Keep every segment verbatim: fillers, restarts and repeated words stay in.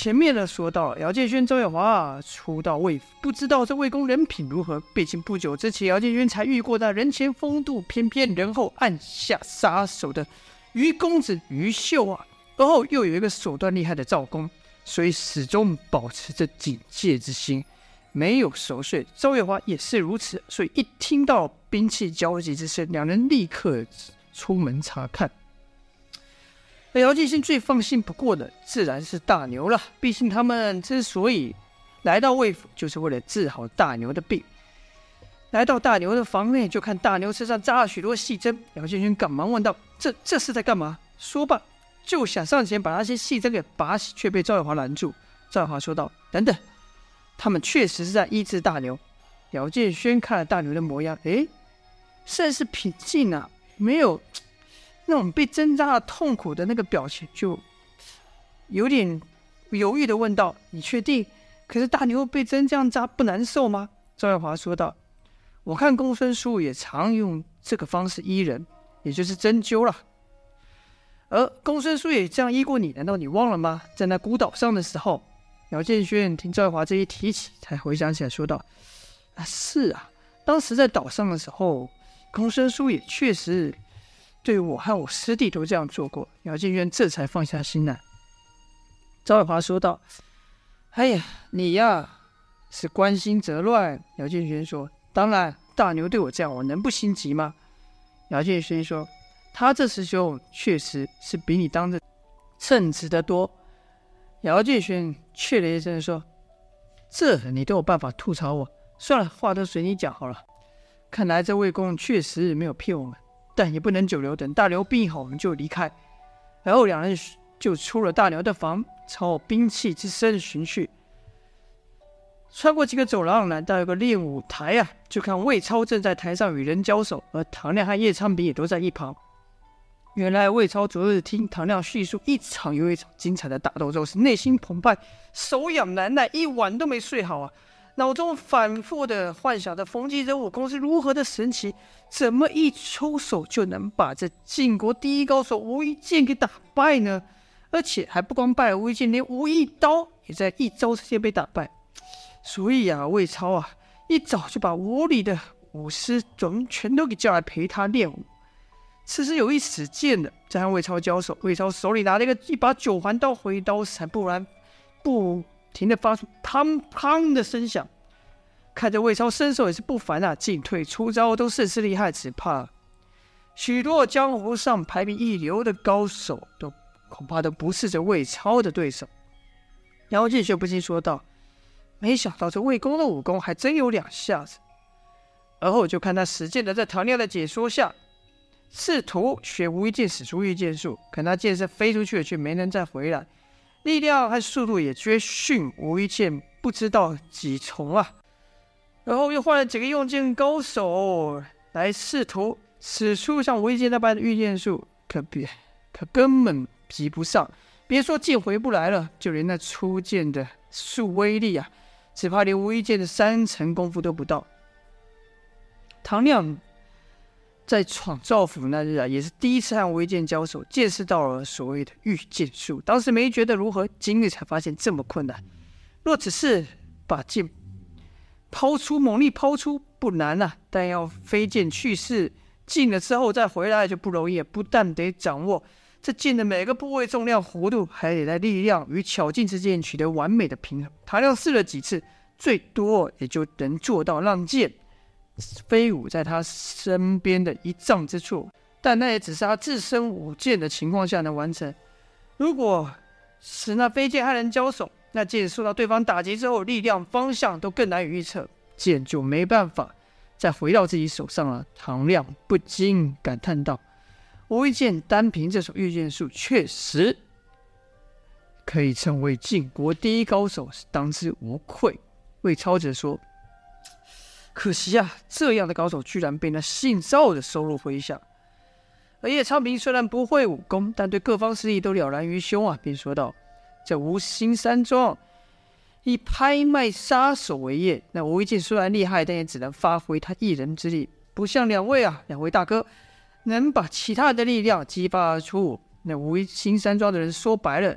前面呢说到了姚建轩、赵月华初到魏府，不知道这魏公人品如何。毕竟不久之前，姚建轩才遇过那人前风度翩翩，人后暗下杀手的于公子于秀啊，而后又有一个手段厉害的赵公，所以始终保持着警戒之心，没有熟睡。赵月华也是如此，所以一听到兵器交击之声，两人立刻出门查看。而姚建勋最放心不过的自然是大牛了，毕竟他们之所以来到魏府，就是为了治好大牛的病。来到大牛的房内，就看大牛身上扎了许多细针。姚建勋赶忙问道：“这这是在干嘛？”说罢，就想上前把那些细针给拔起，却被赵月华拦住。赵月华说道：“等等，他们确实是在医治大牛。”姚建勋看了大牛的模样，诶，甚是平静啊，没有那种被针扎的痛苦的那个表情，就有点犹豫的问道：“你确定？可是大牛被针这样扎不难受吗？”赵月华说道：“我看公孙叔也常用这个方式医人，也就是针灸了。而公孙叔也这样医过你，难道你忘了吗？在那孤岛上的时候。”姚建轩听赵月华这一提起，才回想起来，说道：“啊，是啊，当时在岛上的时候，公孙叔也确实对我和我师弟都这样做过。”姚建轩这才放下心来。赵月华说道：“哎呀，你呀是关心则乱。”姚建轩说：“当然，大牛对我这样，我能不心急吗？”姚建轩说：“他这师兄确实是比你当着称职的多。”姚建轩却了一声说：“这你都有办法吐槽我？算了，话都随你讲好了。看来这魏公确实没有骗我们，但也不能久留，等大牛病好我们就离开。”然后两人就出了大牛的房，朝兵器之声寻去。穿过几个走廊，来到一个练武台啊，就看魏超正在台上与人交手，而唐亮和叶昌平也都在一旁。原来魏超昨日听唐亮叙述一场又一场精彩的打斗之后，是内心澎湃，手痒难耐，一晚都没睡好啊！脑中反复的幻想着冯继哲武功是如何的神奇，怎么一出手就能把这晋国第一高手吴一剑给打败呢？而且还不光败了吴一剑，连吴一刀也在一招之间被打败。所以啊，魏超啊，一早就把吴里的武师准全都给叫来陪他练武。此时有一使剑的在和魏超交手，魏超手里拿了一个一把九环刀，挥刀闪，不然不停的发出砰砰的声响。看着魏超身手也是不凡啊，进退出招都甚是厉害，只怕许多江湖上排名一流的高手都恐怕都不是这魏超的对手。姚建轩不禁说道：“没想到这魏公的武功还真有两下子。”而后就看他使劲的在唐亮的解说下，试图学吴一剑使出御剑术，可那剑是飞出去了，却没能再回来，力量和速度也绝逊吴一剑不知道几重啊。然后又换了几个用剑高手来试图使出像吴一剑那般的御剑术，可别可根本比不上。别说剑回不来了，就连那出剑的术威力啊，只怕连吴一剑的三成功夫都不到。唐亮在闯赵府那日啊，也是第一次和吴一剑交手，见识到了所谓的御剑术。当时没觉得如何，今日才发现这么困难。若只是把剑抛出，猛力抛出不难啊，但要飞剑去势，进了之后再回来就不容易。不但得掌握这剑的每个部位重量弧度，还得在力量与巧劲之间取得完美的平衡。唐亮试了几次，最多也就能做到让剑飞舞在他身边的一丈之处，但那也只是他自身舞剑的情况下能完成。如果使那飞剑和人交手，那剑受到对方打击之后，力量方向都更难以预测，剑就没办法再回到自己手上了。唐亮不禁感叹道：“吴一剑单凭这手御剑术，确实可以称为晋国第一高手，是当之无愧。”魏超则说：“可惜啊，这样的高手居然被那姓赵的收入麾下。”而叶昌平虽然不会武功，但对各方势力都了然于胸啊，便说道：“这吴兴山庄以拍卖杀手为业，那吴一剑虽然厉害，但也只能发挥他一人之力，不像两位啊，两位大哥能把其他人的力量激发而出。那吴兴山庄的人说白了，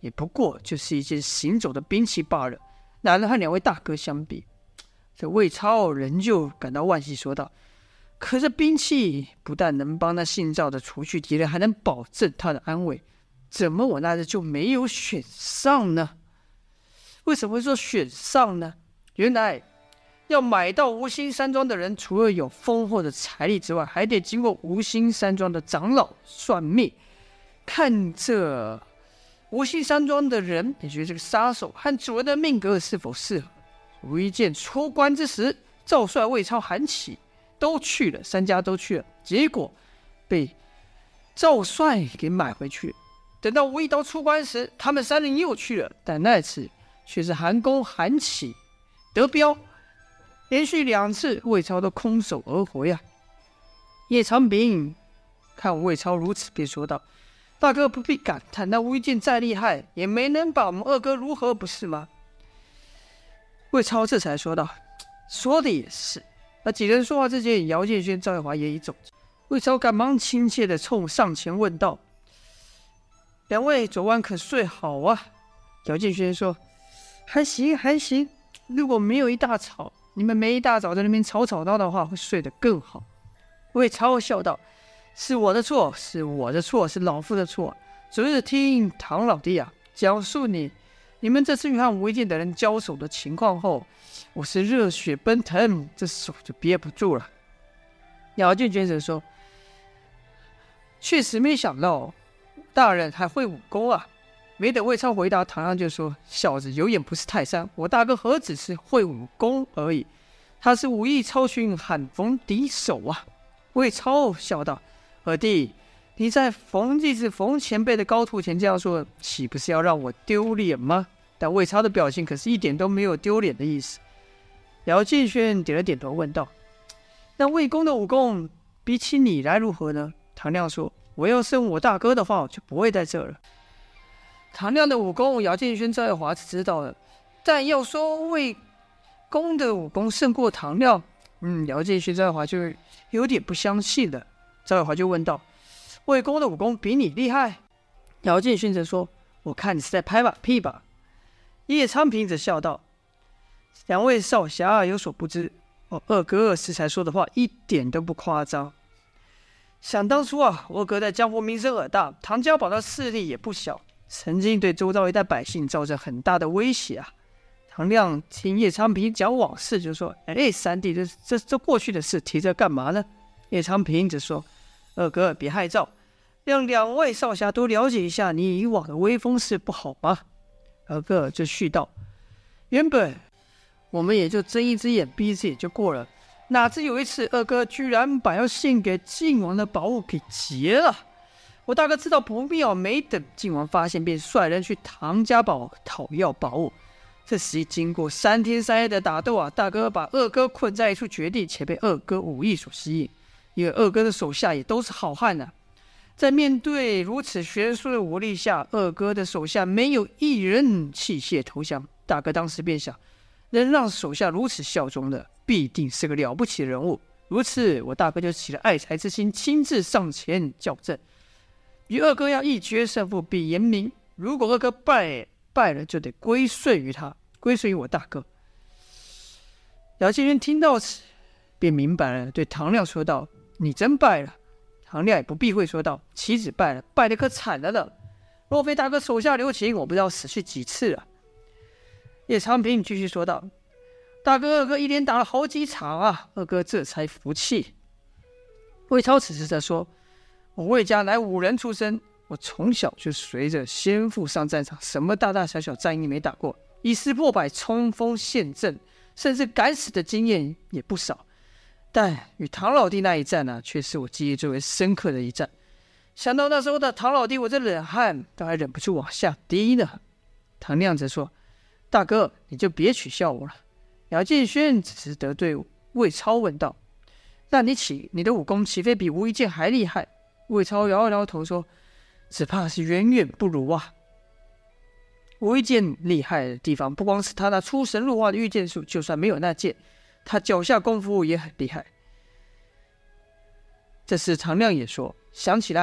也不过就是一件行走的兵器罢了，哪能和两位大哥相比？这魏超仍旧感到惋惜，说道：“可这兵器不但能帮他信照的除去敌人，还能保证他的安危，怎么我那日就没有选上呢？”为什么会说选上呢？原来要买到无心山庄的人，除了有丰厚的财力之外，还得经过无心山庄的长老算命，看这无心山庄的人，也就是这个杀手和主人的命格是否适合。无意间出关之时，赵帅、魏超、韩琦都去了，三家都去了，结果被赵帅给买回去。等到吴一刀出关时，他们三人又去了，但那次却是韩公、韩琦得标，连续两次魏超都空手而回啊！叶长平看魏超如此，便说道：“大哥不必感叹，那吴一剑再厉害，也没能把我们二哥如何，不是吗？”魏超这才说道：“说的也是。”那几人说话之间，姚建轩、赵月华也已走。魏超赶忙亲切地冲上前问道：“两位昨晚可睡好啊？”姚建轩说：“还行还行，如果没有一大吵，你们没一大早在那边吵吵闹的话，会睡得更好。”魏超笑道：“是我的错，是我的错，是老夫的错。昨日听唐老弟啊讲述你你们这次与和吴一剑的人交手的情况后，我是热血奔腾，这手就憋不住了。”姚建轩则说：“确实没想到大人还会武功啊。”没等魏超回答，唐亮就说：“小子有眼不识泰山，我大哥何止是会武功而已，他是武艺超群，罕逢敌手啊！”魏超笑道：“二弟，你在冯继子、冯前辈的高徒前这样说，岂不是要让我丢脸吗？”但魏超的表情可是一点都没有丢脸的意思。姚建轩点了点头，问道：“那魏公的武功比起你来如何呢？”唐亮说：“我要是我大哥的话，我就不会在这了。”唐亮的武功，姚建轩、赵月华是知道的，但要说魏公的武功胜过唐亮，嗯，姚建轩、赵月华就有点不相信了。赵月华就问道：“魏公的武功比你厉害？”姚建轩则说：“我看你是在拍马屁吧。”叶昌平则笑道：“两位少侠有所不知，我二哥适才说的话一点都不夸张。想当初啊，我二哥在江湖名声耳大，唐家堡的势力也不小，曾经对周遭一带百姓造成很大的威胁啊。”唐亮听叶昌平讲往事，就说：“哎，三弟，这这这过去的事提着干嘛呢？”叶昌平则说：“二哥别害臊，让两位少侠多了解一下你以往的威风是不好吗？”二哥就续道：“原本我们也就睁一只眼闭一只眼就过了，哪知有一次二哥居然把要献给靖王的宝物给劫了。我大哥知道不妙，没等靖王发现，便率人去唐家堡讨要宝物。这时经过三天三夜的打斗啊，大哥把二哥困在一处绝地，且被二哥武艺所吸引。因为二哥的手下也都是好汉啊，在面对如此悬殊的武力下，二哥的手下没有一人弃械投降。大哥当时便想，能让手下如此效忠的，必定是个了不起的人物。如此，我大哥就起了爱才之心，亲自上前校正，与二哥要一决胜负，必言明。如果二哥败败了，就得归顺于他，归顺于我大哥。”姚建轩听到此，便明白了，对唐亮说道：“你真败了。”唐亮也不避讳说道：“岂止败了，败得可惨了呢！若非大哥手下留情，我不知道死去几次了。”叶长平继续说道：“大哥、二哥一连打了好几场啊，二哥这才服气。”魏超此时则说：“我魏家乃武人出身，我从小就随着先父上战场，什么大大小小战役没打过，一丝破百，冲锋陷阵，甚至敢死的经验也不少。但与唐老弟那一战呢、啊，却是我记忆最为深刻的一战。想到那时候的唐老弟，我这冷汗都还忍不住往下滴呢。”唐亮则说：“大哥，你就别取笑我了。”姚建轩只是得对魏超问道：“那你起你的武功岂非比吴一剑还厉害？”魏超摇摇头说：“只怕是远远不如啊。吴一剑厉害的地方，不光是他那出神入化的御剑术，就算没有那剑，他脚下功夫也很厉害。”这时唐亮也说：“想起来要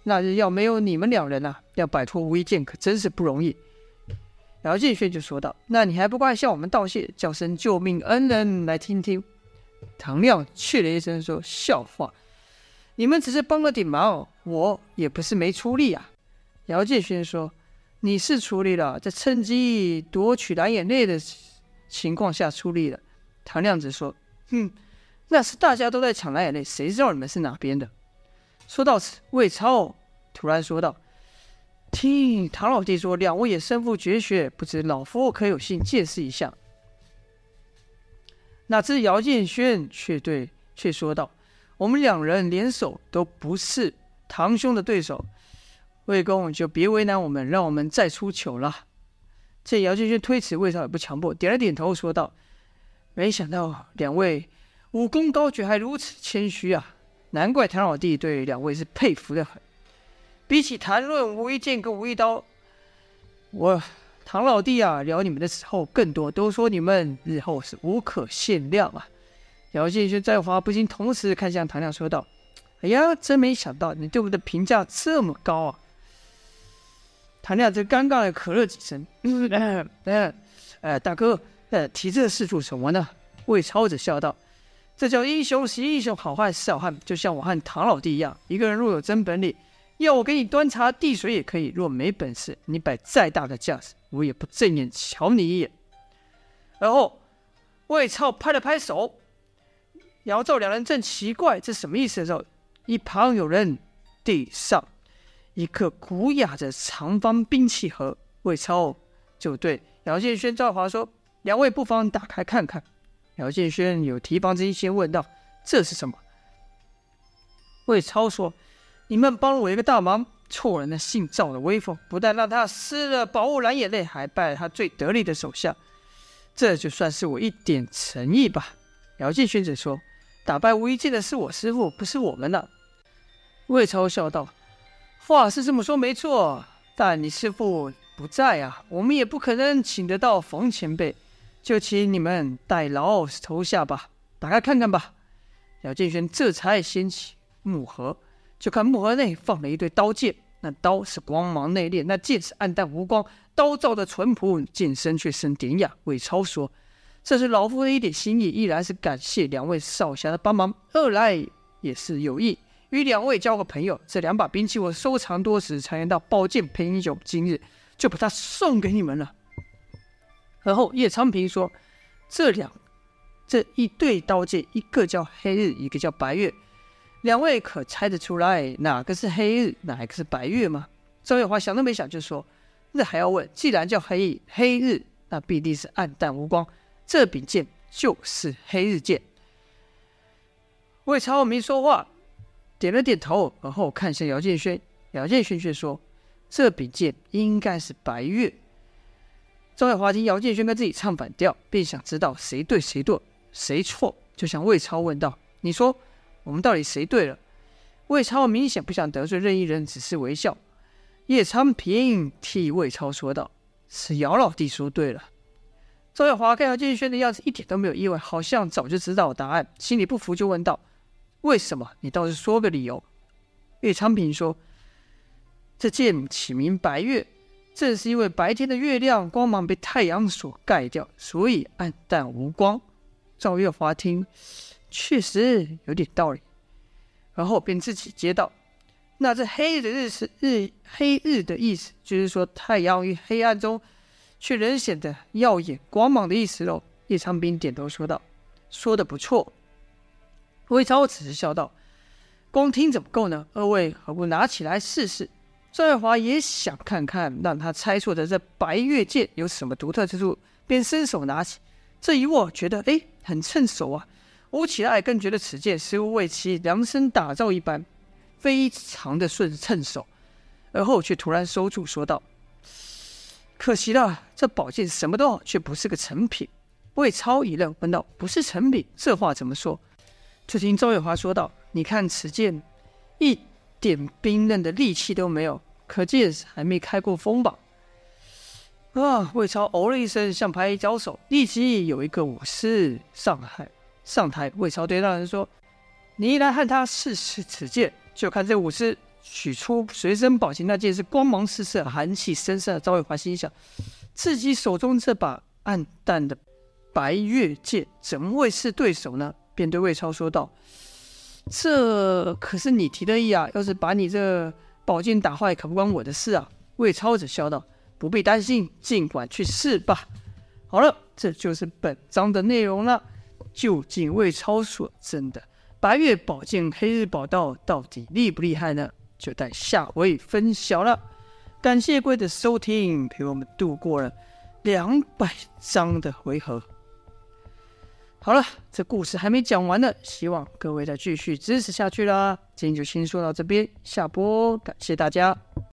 那日要没有你们两人啊，要摆脱无一剑可真是不容易。姚建轩就说道：那你还不快向我们道谢，叫声救命恩人来听听？唐亮去了一声说：笑话，你们只是帮了点忙，我也不是没出力啊。姚建轩说：你是出力了，在趁机夺取蓝眼泪的情况下出力了。唐亮只说：哼，那是大家都在抢蓝眼泪，谁知道你们是哪边的？说到此，魏超突然说道：听唐老弟说两位也身负绝学，不知老夫可有幸见识一下。哪知姚建轩却对却说道：我们两人联手都不是堂兄的对手，魏公就别为难我们，让我们再出糗了。见姚建轩推辞，魏超也不强迫，点了点头说道：没想到两位武功高绝，还如此谦虚啊，难怪唐老弟对两位是佩服的很。比起谈论无一剑跟无一刀，我唐老弟啊聊你们的时候更多，都说你们日后是无可限量啊。姚建轩在华不禁同时看向唐亮说道：哎呀，真没想到你对我的评价这么高啊。唐亮则尴尬的咳了几声，嗯呃呃呃大哥，呃提这事做什么呢？魏超着笑道：这叫英雄惜英雄，好汉是好汉，就像我和唐老弟一样，一个人若有真本领，要我给你端茶递水也可以，若没本事，你摆再大的架势，我也不正眼瞧你一眼。而后魏超拍了拍手，姚赵两人正奇怪这什么意思的时候，一旁有人递上一个古雅的长方兵器盒，魏超就对姚建轩、赵华说：两位不妨打开看看。姚建轩有提防之意，先问道：这是什么？魏超说：你们帮了我一个大忙，挫了那姓赵的威风，不但让他失了宝物蓝眼泪，还败了他最得力的手下，这就算是我一点诚意吧。姚建轩则说：打败无一剑的是我师父，不是我们的。魏超笑道：话是这么说没错，但你师父不在啊，我们也不可能请得到冯前辈，就请你们代劳投下吧，打开看看吧。姚建轩这才掀起木盒，就看木盒内放了一对刀剑，那刀是光芒内敛，那剑是暗淡无光，刀造的淳朴，剑身却生典雅。魏超说：这是老夫的一点心意，一来是感谢两位少侠的帮忙，二来也是有意与两位交个朋友。这两把兵器我收藏多时，才能到宝剑配英雄，今日就把它送给你们了。而后叶昌平说：这两这一对刀剑，一个叫黑日，一个叫白月，两位可猜得出来哪个是黑日，哪个是白月吗？赵月华想都没想就说：那还要问，既然叫黑黑日，那必定是暗淡无光，这柄剑就是黑日剑。魏超没说话，点了点头，而后看向姚建轩。姚建轩却说：这柄剑应该是白月。赵月华听姚建轩跟自己唱反调，便想知道谁对谁错谁错，就向魏超问道：你说我们到底谁对了？魏超明显不想得罪任意人，只是微笑。叶昌平替魏超说道：是姚老弟说对了。赵月华看姚建轩的样子一点都没有意外，好像早就知道答案，心里不服就问道：为什么？你倒是说个理由。叶昌平说：这剑起名白月，正是因为白天的月亮光芒被太阳所盖掉，所以暗淡无光。赵月华听确实有点道理，然后便自己接道：那这黑日的日是日黑日的意思，就是说太阳于黑暗中却仍显得耀眼光芒的意思喽。叶昌斌点头说道：说得不错。魏超只是笑道：光听怎么够呢？二位何不拿起来试试？赵月华也想看看让他猜错的这白月剑有什么独特之处，便伸手拿起，这一握觉得诶很趁手啊，握起来更觉得此剑似乎为其量身打造一般，非常的顺趁手。而后却突然收住说道：可惜了，这宝剑什么都好，却不是个成品。魏超一愣，问道：不是成品，这话怎么说？就听赵月华说道：你看此剑一点冰刃的利器都没有，可见还没开过锋吧？啊！魏超哦了一声，向牌一招手，立即有一个武士上海上台。魏超对那人说：你一来和他试试此剑，就看这武士取出随身宝剑那件是光芒四射、寒气森森的。赵伟华心想，自己手中这把暗淡的白月剑怎么会是对手呢？便对魏超说道：“这可是你提的议啊，要是把你这宝剑打坏，可不关我的事啊。”魏超则笑道：“不必担心，尽管去试吧。”好了，这就是本章的内容了。究竟魏超所证的白月宝剑黑日宝刀到底厉不厉害呢？就待下回分晓了。感谢各位的收听，陪我们度过了两百章的回合。好了，这故事还没讲完呢，希望各位再继续支持下去啦。今天就先说到这边，下播，感谢大家。